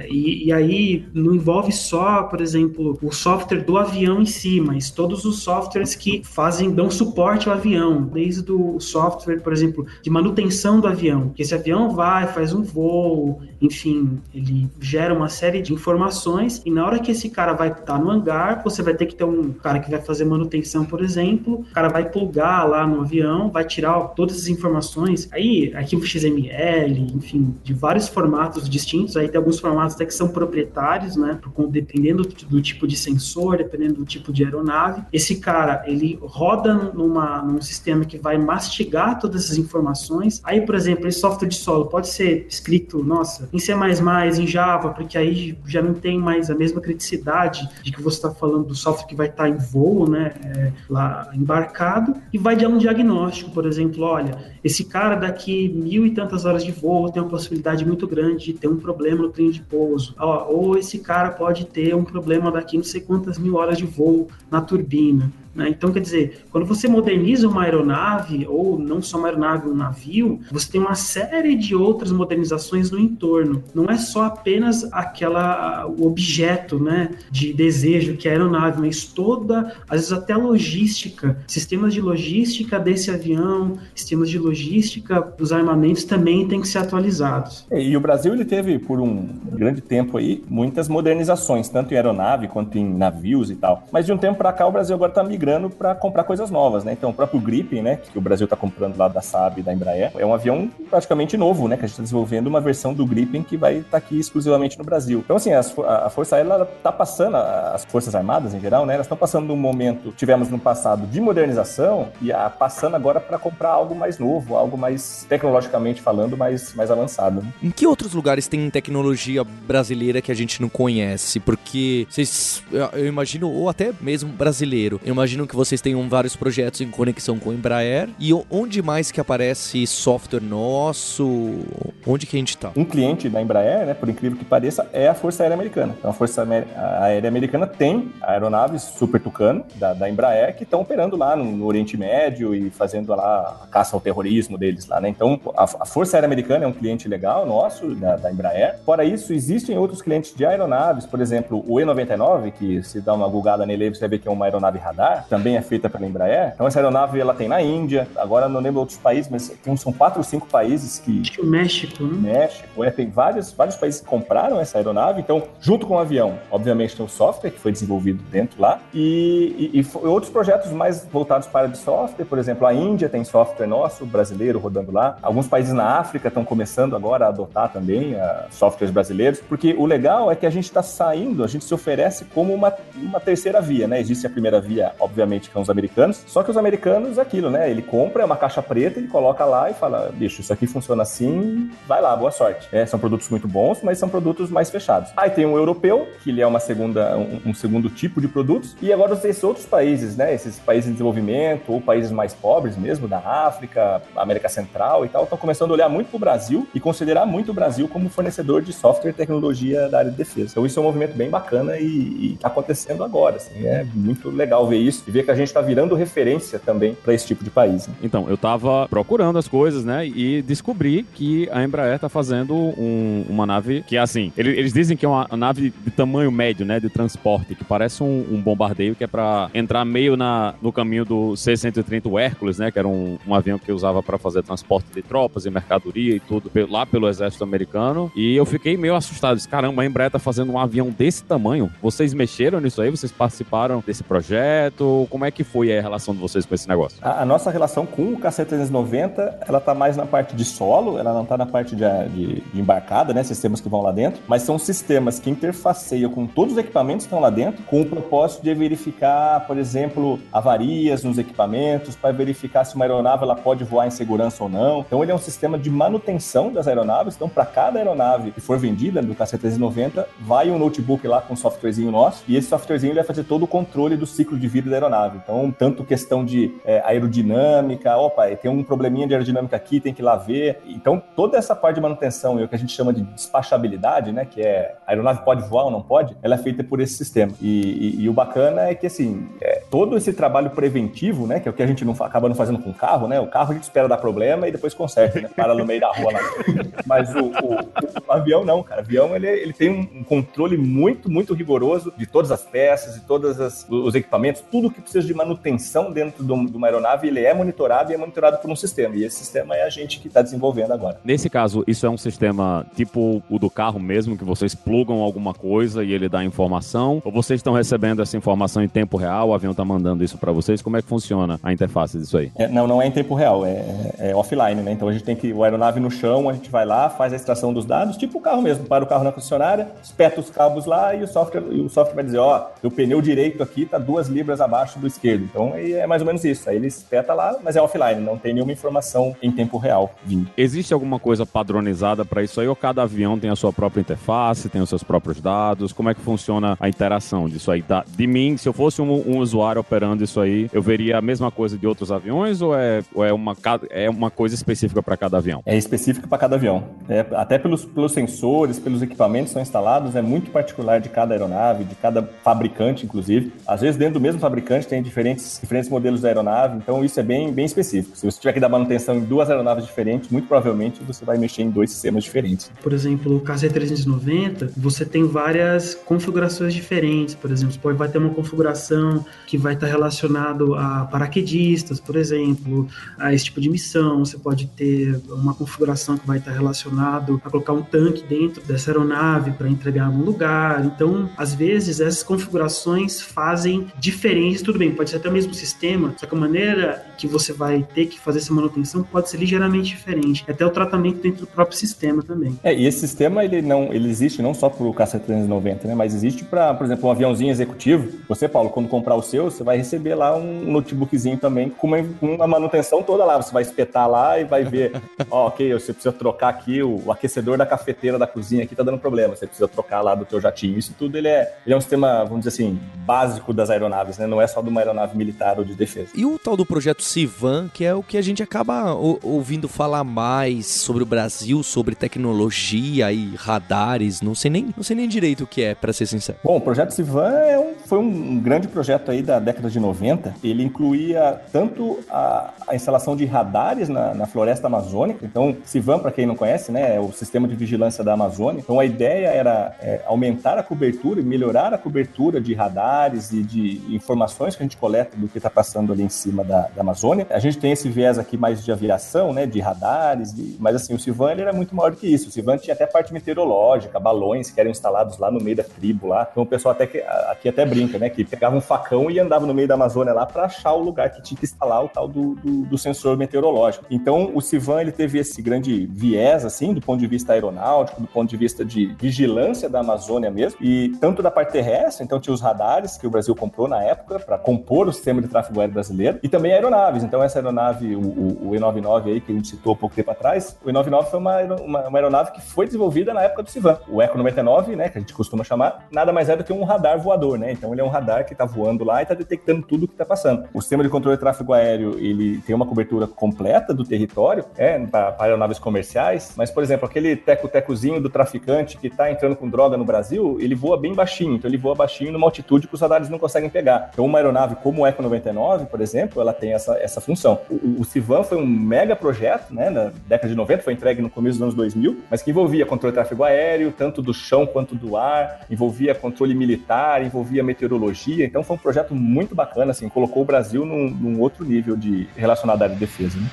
E aí, não envolve só, por exemplo, o software do avião em si, mas todos os softwares que dão suporte ao avião, desde o software, por exemplo, de manutenção do avião, que esse avião faz um voo, enfim, ele gera uma série de informações, e na hora que esse cara vai estar no hangar, você vai ter que ter um cara que vai fazer manutenção, por exemplo, o cara vai plugar lá no avião, vai tirar todas as informações, aí arquivo XML, enfim, de vários formatos distintos, aí tem alguns formatos até que são proprietários, né, dependendo do tipo de sensor, dependendo do tipo de aeronave. Esse cara, ele roda num sistema que vai mastigar todas essas informações. Aí, por exemplo, esse software de solo pode ser escrito, em C++, em Java, porque aí já não tem mais a mesma criticidade de que você está falando do software que vai estar em voo, né, lá embarcado, e vai dar um diagnóstico, por exemplo, olha, esse cara daqui 1.000 e tantas horas de voo tem uma possibilidade muito grande de ter um problema no trem de pouso. Ou esse cara pode ter um problema daqui não sei quantas mil horas de voo na turbina. Então, quer dizer, quando você moderniza uma aeronave, ou não só uma aeronave, um navio, você tem uma série de outras modernizações no entorno. Não é só apenas o objeto, né, de desejo que é a aeronave, mas toda, às vezes até a logística, sistemas de logística desse avião, sistemas de logística dos armamentos também têm que ser atualizados. E o Brasil, ele teve, por um grande tempo aí, muitas modernizações, tanto em aeronave quanto em navios e tal. Mas de um tempo para cá, o Brasil agora está migrando migrando para comprar coisas novas, né? Então, o próprio Gripen, né, que o Brasil está comprando lá da Saab e da Embraer, é um avião praticamente novo, né, que a gente está desenvolvendo uma versão do Gripen que vai estar aqui exclusivamente no Brasil. Então, assim, a Força Aérea, ela está passando, as Forças Armadas em geral, né, elas estão passando num momento, tivemos no passado, de modernização e passando agora para comprar algo mais novo, algo mais, tecnologicamente falando, mais avançado. Né? Em que outros lugares tem tecnologia brasileira que a gente não conhece? Porque vocês, eu imagino, ou até mesmo brasileiro, eu imagino que vocês tenham vários projetos em conexão com a Embraer. E onde mais que aparece software nosso? Onde que a gente tá? Um cliente da Embraer, né, por incrível que pareça, é a Força Aérea Americana. Então, a Força Aérea Americana tem aeronaves Super Tucano da Embraer que estão operando lá no Oriente Médio e fazendo lá a caça ao terrorismo deles lá, né? Então, a Força Aérea Americana é um cliente legal nosso, da Embraer. Fora isso, existem outros clientes de aeronaves, por exemplo, o E99, que se dá uma googada nele, você vai ver que é uma aeronave radar, também é feita pela Embraer. Então, essa aeronave, ela tem na Índia, agora não lembro outros países, mas são 4 ou 5 países que... Acho que o México, né? México, tem vários países que compraram essa aeronave. Então, junto com o avião, obviamente tem o software que foi desenvolvido dentro lá e outros projetos mais voltados para a área de software, por exemplo, a Índia tem software nosso, brasileiro, rodando lá. Alguns países na África estão começando agora a adotar também softwares brasileiros, porque o legal é que a gente está saindo, a gente se oferece como uma terceira via, né? Existe a primeira via, obviamente, que são os americanos, só que os americanos, aquilo, né? Ele compra uma caixa preta, ele coloca lá e fala, bicho, isso aqui funciona assim, vai lá, boa sorte. São produtos muito bons, mas são produtos mais fechados. Aí tem o europeu, que ele é um segundo tipo de produtos, e agora esses outros países, né? Esses países em desenvolvimento, ou países mais pobres mesmo, da África, América Central e tal, estão começando a olhar muito para o Brasil e considerar muito o Brasil como fornecedor de software e tecnologia da área de defesa. Então isso é um movimento bem bacana e está acontecendo agora, assim, é muito legal ver isso e ver que a gente está virando referência também para esse tipo de país. Né? Então, eu estava procurando as coisas, né, e descobri que a Embraer está fazendo uma nave que, assim, eles dizem que é uma nave de tamanho médio, né, de transporte, que parece um bombardeio, que é para entrar meio no caminho do C-130 Hércules, né, que era um avião que usava para fazer transporte de tropas e mercadoria e tudo lá pelo exército americano, e eu fiquei meio assustado. Disse, caramba, a Embraer tá fazendo um avião desse tamanho? Vocês mexeram nisso aí? Vocês participaram desse projeto? Como é que foi a relação de vocês com esse negócio? A nossa relação com o KC-390, ela tá mais na parte de solo, ela não tá na parte de embarcada, né, sistemas que vão lá dentro, mas são sistemas que interfaceiam com todos os equipamentos que estão lá dentro, com o propósito de verificar, por exemplo, avarias nos equipamentos, para verificar se uma aeronave ela pode voar em segurança ou não. Então ele é um sistema de manutenção das aeronaves. Então, para cada aeronave que for vendida do KC-390, vai um notebook lá com um softwarezinho nosso, e esse softwarezinho vai fazer todo o controle do ciclo de vida da aeronave. Então, tanto questão de aerodinâmica, tem um probleminha de aerodinâmica aqui, tem que ir lá ver. Então, toda essa parte de manutenção e o que a gente chama de despachabilidade, né, que é a aeronave pode voar ou não pode, ela é feita por esse sistema. E o bacana é que, assim, todo esse trabalho preventivo, né, que é o que a gente acaba não fazendo com o carro, né, o carro a gente espera dar problema e depois conserta, né, para no meio da rua lá. Mas o avião não, cara. O avião, ele tem um controle muito, muito rigoroso de todas as peças e todos os equipamentos, tudo que precisa de manutenção dentro de uma aeronave, ele é monitorado e é monitorado por um sistema. E esse sistema é a gente que está desenvolvendo agora. Nesse caso, isso é um sistema tipo o do carro mesmo, que vocês plugam alguma coisa e ele dá informação? Ou vocês estão recebendo essa informação em tempo real, o avião está mandando isso para vocês? Como é que funciona a interface disso aí? Não é em tempo real, é offline, né? Então a gente tem que, o aeronave no chão, a gente vai lá, faz a extração dos dados, tipo o carro mesmo, para o carro na concessionária, espeta os cabos lá e o software vai dizer, o pneu direito aqui está 2 libras abaixo do esquerdo. Então é mais ou menos isso. Aí ele espeta lá, mas é offline, não tem nenhuma informação em tempo real vindo. Existe alguma coisa padronizada para isso aí, ou cada avião tem a sua própria interface, tem os seus próprios dados? Como é que funciona a interação disso aí? De mim, se eu fosse um usuário operando isso aí, eu veria a mesma coisa de outros aviões, ou é uma coisa específica para cada avião? É específico para cada avião. Até pelos sensores, pelos equipamentos que são instalados, é muito particular de cada aeronave, de cada fabricante, inclusive. Às vezes, dentro do mesmo fabricante, tem diferentes modelos da aeronave, então isso é bem, bem específico. Se você tiver que dar manutenção em 2 aeronaves diferentes, muito provavelmente você vai mexer em 2 sistemas diferentes. Por exemplo, o KC-390, você tem várias configurações diferentes. Por exemplo, você vai ter uma configuração que vai estar relacionado a paraquedistas, por exemplo, a esse tipo de missão. Você pode ter uma configuração que vai estar relacionado a colocar um tanque dentro dessa aeronave para entregar em algum lugar. Então, às vezes, essas configurações fazem diferença diferentes, tudo bem, pode ser até o mesmo sistema, só que a maneira que você vai ter que fazer essa manutenção pode ser ligeiramente diferente, até o tratamento dentro do próprio sistema também. E esse sistema, ele existe não só para o KC-390, né, mas existe para, por exemplo, um aviãozinho executivo. Você, Paulo, quando comprar o seu, você vai receber lá um notebookzinho também com uma manutenção toda lá. Você vai espetar lá e vai ver, ok, você precisa trocar aqui o aquecedor da cafeteira da cozinha aqui, tá dando problema. Você precisa trocar lá do teu jatinho. Isso tudo, ele é um sistema, vamos dizer assim, básico das aeronaves, né? Não é só de uma aeronave militar ou de defesa. E o tal do projeto Civan, que é o que a gente acaba ouvindo falar mais sobre o Brasil, sobre tecnologia e radares, não sei nem direito o que é, para ser sincero. Bom, o projeto Civan foi um grande projeto aí da década de 90. Ele incluía tanto a instalação de radares na floresta amazônica. Então, Civan, para quem não conhece, né, é o sistema de vigilância da Amazônia. Então, a ideia era aumentar a cobertura e melhorar a cobertura de radares e de informações que a gente coleta do que está passando ali em cima da Amazônia. A gente tem esse viés aqui mais de aviação, né, de radares, mas assim, o Civan ele era muito maior do que isso. O Civan tinha até parte meteorológica, balões que eram instalados lá no meio da tribo lá. Então, o pessoal aqui até brinca, né, que pegava um facão e andava no meio da Amazônia lá para achar o lugar que tinha que instalar o tal do sensor meteorológico. Então, o Civan ele teve esse grande viés, assim, do ponto de vista aeronáutico, do ponto de vista de vigilância da Amazônia mesmo, e tanto da parte terrestre, então tinha os radares que o Brasil comprou na época para compor o sistema de tráfego aéreo brasileiro, e também aeronaves. Então, essa aeronave, o E99 aí, que a gente citou há pouco tempo atrás, o E99 foi uma aeronave que foi desenvolvida na época do Civan. O Eco 99, né, que a gente costuma chamar, nada mais é do que um radar voador, né? Então, ele é um radar que está voando lá e está detectando tudo o que está passando. O sistema de controle de tráfego aéreo, ele tem uma cobertura completa do território, para aeronaves comerciais, mas, por exemplo, aquele teco-tecozinho do traficante que está entrando com droga no Brasil, ele voa bem baixinho, então ele voa baixinho numa altitude que os radares não conseguem pegar. Então, uma aeronave como o Eco 99, por exemplo, ela tem essa função. O Civan foi um mega projeto, né, na década de 90, foi entregue no começo dos anos 2000, mas que envolvia controle de tráfego aéreo, tanto do chão quanto do ar, envolvia controle militar, envolvia meteorologia, então foi um projeto muito bacana, assim, colocou o Brasil num outro nível relacionado à área de defesa, né?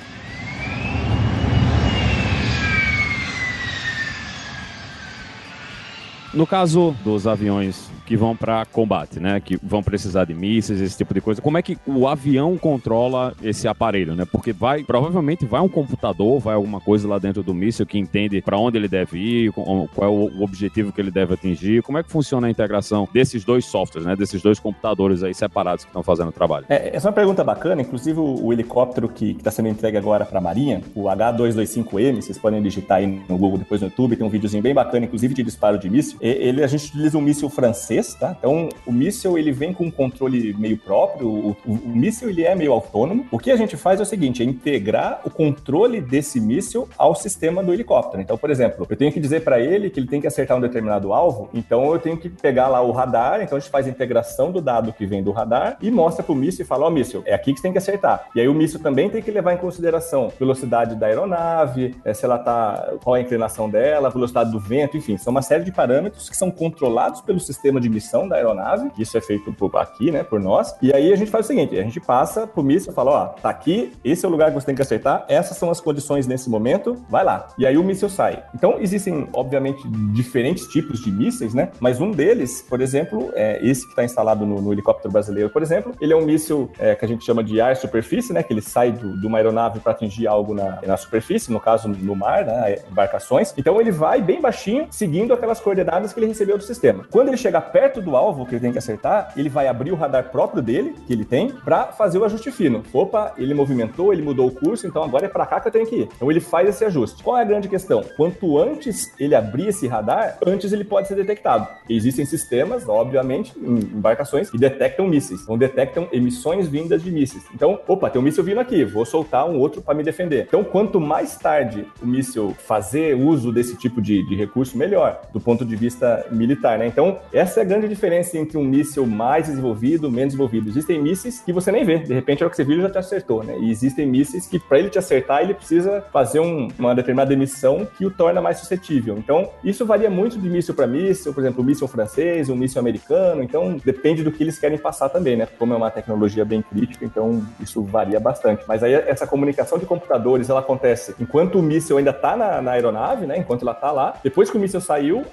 No caso dos aviões que vão para combate, né, que vão precisar de mísseis, esse tipo de coisa, como é que o avião controla esse aparelho, né? Porque provavelmente vai um computador, vai alguma coisa lá dentro do míssil que entende para onde ele deve ir, qual é o objetivo que ele deve atingir. Como é que funciona a integração desses dois softwares, né, desses dois computadores aí separados que estão fazendo o trabalho? Essa é uma pergunta bacana, inclusive o helicóptero que está sendo entregue agora para a Marinha, o H225M, vocês podem digitar aí no Google, depois no YouTube, tem um videozinho bem bacana, inclusive de disparo de míssil. A gente utiliza um míssil francês, tá? Então, o míssil, ele vem com um controle meio próprio, o míssil, ele é meio autônomo. O que a gente faz é o seguinte, é integrar o controle desse míssil ao sistema do helicóptero. Então, por exemplo, eu tenho que dizer para ele que ele tem que acertar um determinado alvo, então eu tenho que pegar lá o radar, então a gente faz a integração do dado que vem do radar e mostra pro míssil e fala, míssil, é aqui que você tem que acertar. E aí o míssil também tem que levar em consideração velocidade da aeronave, se ela tá, qual é a inclinação dela, velocidade do vento, enfim, são uma série de parâmetros que são controlados pelo sistema de missão da aeronave, isso é feito aqui, né, por nós, e aí a gente faz o seguinte, a gente passa pro míssil e fala, tá aqui, esse é o lugar que você tem que acertar, essas são as condições nesse momento, vai lá. E aí o míssil sai. Então, existem, obviamente, diferentes tipos de mísseis, né, mas um deles, por exemplo, esse que está instalado no helicóptero brasileiro, por exemplo, ele é um míssil que a gente chama de ar-superfície, né, que ele sai de uma aeronave para atingir algo na superfície, no caso, no mar, né, embarcações. Então, ele vai bem baixinho, seguindo aquelas coordenadas que ele recebeu do sistema. Quando ele chegar perto do alvo que ele tem que acertar, ele vai abrir o radar próprio dele, que ele tem, para fazer o ajuste fino. Opa, ele movimentou, ele mudou o curso, então agora é para cá que eu tenho que ir. Então ele faz esse ajuste. Qual é a grande questão? Quanto antes ele abrir esse radar, antes ele pode ser detectado. Existem sistemas, obviamente, em embarcações, que detectam mísseis. Então detectam emissões vindas de mísseis. Então, opa, tem um míssil vindo aqui, vou soltar um outro para me defender. Então, quanto mais tarde o míssil fazer uso desse tipo de recurso, melhor, do ponto de vista militar, né? Então, essa é a grande diferença entre um míssil mais desenvolvido, menos desenvolvido. Existem mísseis que você nem vê, de repente, a hora que você viu, ele já te acertou, né? E existem mísseis que, para ele te acertar, ele precisa fazer uma determinada emissão que o torna mais suscetível. Então, isso varia muito de míssil para míssil, por exemplo, um míssil francês, um míssil americano, então depende do que eles querem passar também, né? Como é uma tecnologia bem crítica, então isso varia bastante. Mas aí essa comunicação de computadores, ela acontece enquanto o míssil ainda está na aeronave, né? Enquanto ela está lá. Depois que o míssil saiu, aí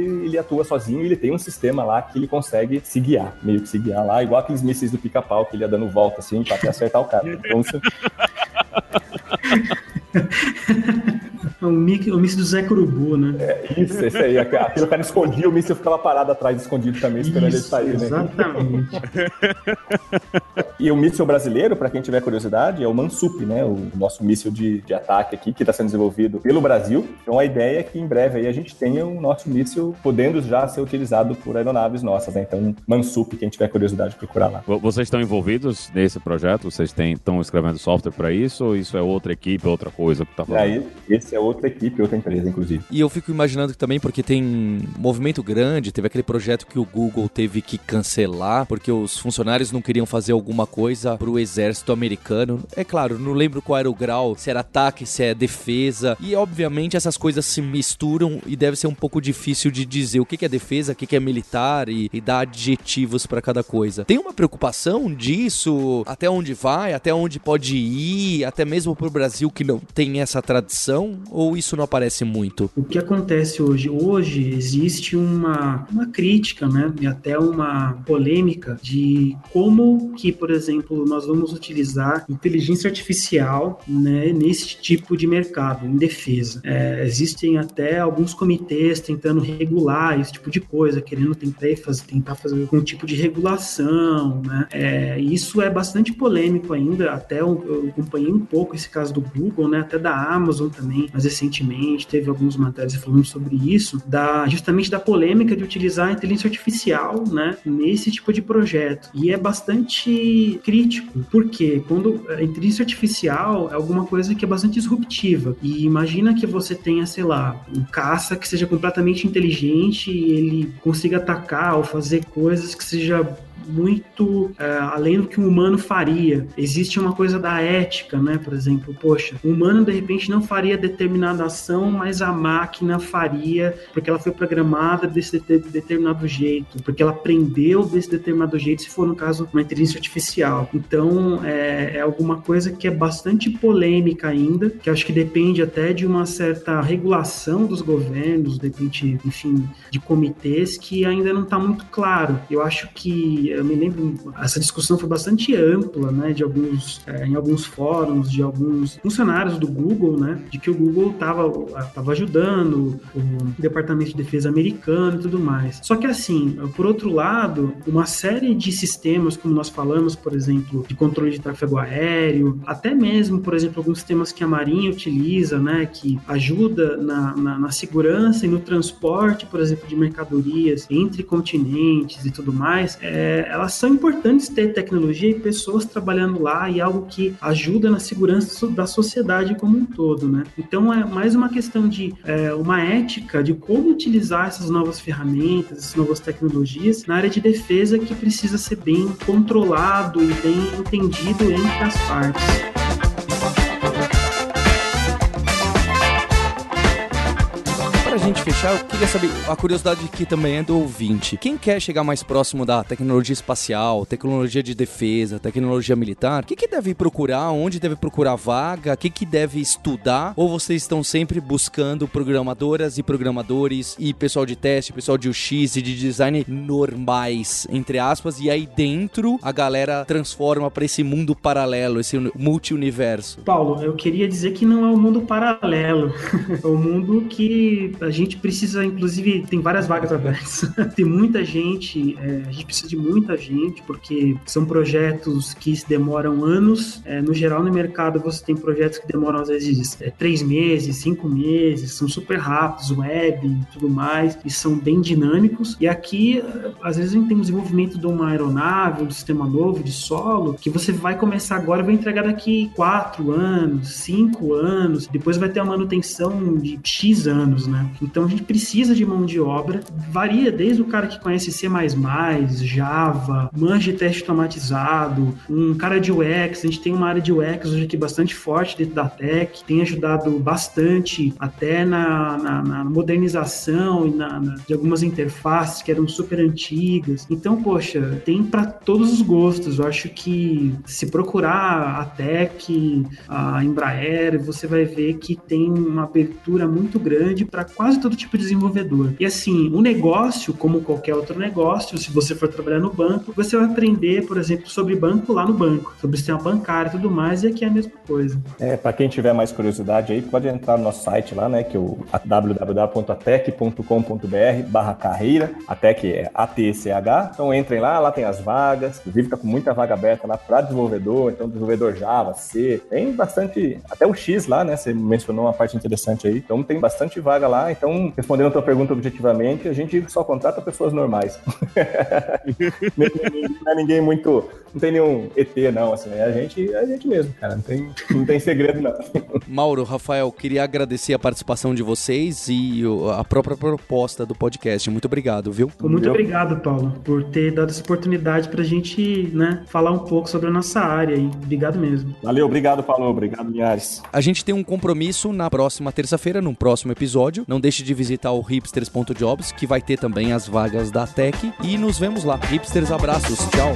ele atua sozinho e ele tem um sistema lá que ele consegue se guiar, meio que se guiar lá, igual aqueles mísseis do Pica-Pau que ele ia dando volta assim pra até acertar o cara. Então, O míssil do Zé Curubu, né? Isso, esse aí. Aquele cara escondia, o míssil ficava parado atrás, escondido também, esperando ele sair, né? Exatamente. E o míssil brasileiro, para quem tiver curiosidade, é o Mansup, né? O nosso míssil de ataque aqui, que está sendo desenvolvido pelo Brasil. Então a ideia é que em breve aí a gente tenha o nosso míssil podendo já ser utilizado por aeronaves nossas, né? Então, Mansup, quem tiver curiosidade, procurar lá. Vocês estão envolvidos nesse projeto? Vocês estão escrevendo software para isso? Ou isso é outra equipe, outra coisa que tá falando? Aí, esse é outra equipe, outra empresa, inclusive. E eu fico imaginando que também, porque tem um movimento grande, teve aquele projeto que o Google teve que cancelar, porque os funcionários não queriam fazer alguma coisa pro exército americano. É claro, não lembro qual era o grau, se era ataque, se é defesa, e obviamente essas coisas se misturam e deve ser um pouco difícil de dizer o que é defesa, o que é militar e dar adjetivos para cada coisa. Tem uma preocupação disso? Até onde vai? Até onde pode ir? Até mesmo pro Brasil que não tem essa tradição? Ou isso não aparece muito? O que acontece hoje? Hoje existe uma crítica, né? E até uma polêmica de como que, por exemplo, nós vamos utilizar inteligência artificial, né, nesse tipo de mercado, em defesa. Existem até alguns comitês tentando regular esse tipo de coisa, querendo tentar fazer algum tipo de regulação, né? Isso é bastante polêmico ainda, até eu acompanhei um pouco esse caso do Google, né? Até da Amazon também, mas recentemente teve alguns matérias falando sobre isso, justamente da polêmica de utilizar a inteligência artificial, né, nesse tipo de projeto. E é bastante crítico, porque quando a inteligência artificial é alguma coisa que é bastante disruptiva. E imagina que você tenha, sei lá, um caça que seja completamente inteligente e ele consiga atacar ou fazer coisas que seja muito além do que um humano faria. Existe uma coisa da ética, né? Por exemplo, poxa, o humano de repente não faria determinada ação, mas a máquina faria porque ela foi programada desse determinado jeito, porque ela aprendeu desse determinado jeito, se for no caso uma inteligência artificial. Então é alguma coisa que é bastante polêmica ainda, que eu acho que depende até de uma certa regulação dos governos, depende, enfim, de comitês, que ainda não está muito claro. Eu acho que eu me lembro, essa discussão foi bastante ampla, né, em alguns fóruns, de alguns funcionários do Google, né, de que o Google estava ajudando o Departamento de Defesa americano e tudo mais. Só que assim, por outro lado, uma série de sistemas, como nós falamos, por exemplo, de controle de tráfego aéreo, até mesmo, por exemplo, alguns sistemas que a Marinha utiliza, né, que ajuda na segurança e no transporte, por exemplo, de mercadorias entre continentes e tudo mais, elas são importantes ter tecnologia e pessoas trabalhando lá e algo que ajuda na segurança da sociedade como um todo, né? Então é mais uma questão de uma ética de como utilizar essas novas ferramentas, essas novas tecnologias na área de defesa que precisa ser bem controlado e bem entendido entre as partes. Pra gente fechar, eu queria saber, a curiosidade que também é do ouvinte. Quem quer chegar mais próximo da tecnologia espacial, tecnologia de defesa, tecnologia militar, o que deve procurar? Onde deve procurar vaga? O que deve estudar? Ou vocês estão sempre buscando programadoras e programadores e pessoal de teste, pessoal de UX e de design normais, entre aspas, e aí dentro a galera transforma pra esse mundo paralelo, esse multi-universo? Paulo, eu queria dizer que não é um mundo paralelo. É um mundo que a gente precisa, inclusive, tem várias vagas abertas. Tem muita gente, a gente precisa de muita gente, porque são projetos que demoram anos. No geral, no mercado, você tem projetos que demoram, às vezes, 3 meses, 5 meses, são super rápidos, web e tudo mais, e são bem dinâmicos. E aqui, às vezes, a gente tem o desenvolvimento de uma aeronave, um sistema novo de solo, que você vai começar agora e vai entregar daqui 4 anos, 5 anos, depois vai ter a manutenção de X anos, né? Então a gente precisa de mão de obra, varia desde o cara que conhece C++, Java, manja de teste automatizado, um cara de UX. A gente tem uma área de UX hoje aqui bastante forte dentro da Tech, tem ajudado bastante até na modernização e de algumas interfaces que eram super antigas. Então, poxa, tem para todos os gostos. Eu acho que se procurar a Tech, a Embraer, você vai ver que tem uma abertura muito grande para quase todo tipo de desenvolvedor. E assim, o negócio, como qualquer outro negócio, se você for trabalhar no banco, você vai aprender, por exemplo, sobre banco lá no banco, sobre o sistema bancário e tudo mais, e aqui é a mesma coisa. Para quem tiver mais curiosidade aí, pode entrar no nosso site lá, né, que é o www.atec.com.br/carreira, Atec é ATCH, então entrem lá tem as vagas, inclusive fica com muita vaga aberta lá para desenvolvedor, então desenvolvedor Java, C, tem bastante, até o X lá, né, você mencionou uma parte interessante aí, então tem bastante vaga lá, então respondendo a tua pergunta objetivamente, a gente só contrata pessoas normais. Não é ninguém muito, não tem nenhum ET não, assim, é a gente mesmo, cara, não tem segredo não. Mauro, Rafael, queria agradecer a participação de vocês e a própria proposta do podcast. Muito obrigado, viu? Muito obrigado, Paulo, por ter dado essa oportunidade pra gente, né, falar um pouco sobre a nossa área aí. Obrigado mesmo. Valeu, obrigado, Paulo. Obrigado, Linhares. A gente tem um compromisso na próxima terça-feira, num próximo episódio. Não deixe de visitar o hipsters.jobs, que vai ter também as vagas da Tech. E nos vemos lá. Hipsters, abraços. Tchau.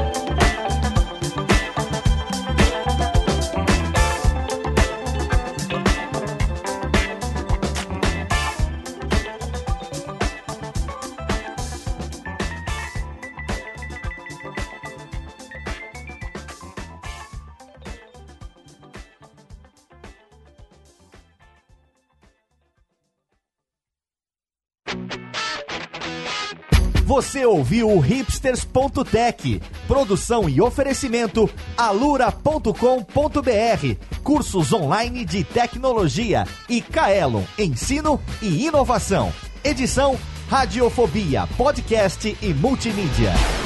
Você ouviu o hipsters.tech, produção e oferecimento alura.com.br, cursos online de tecnologia e Kaelon, ensino e inovação. Edição Radiofobia, podcast e multimídia.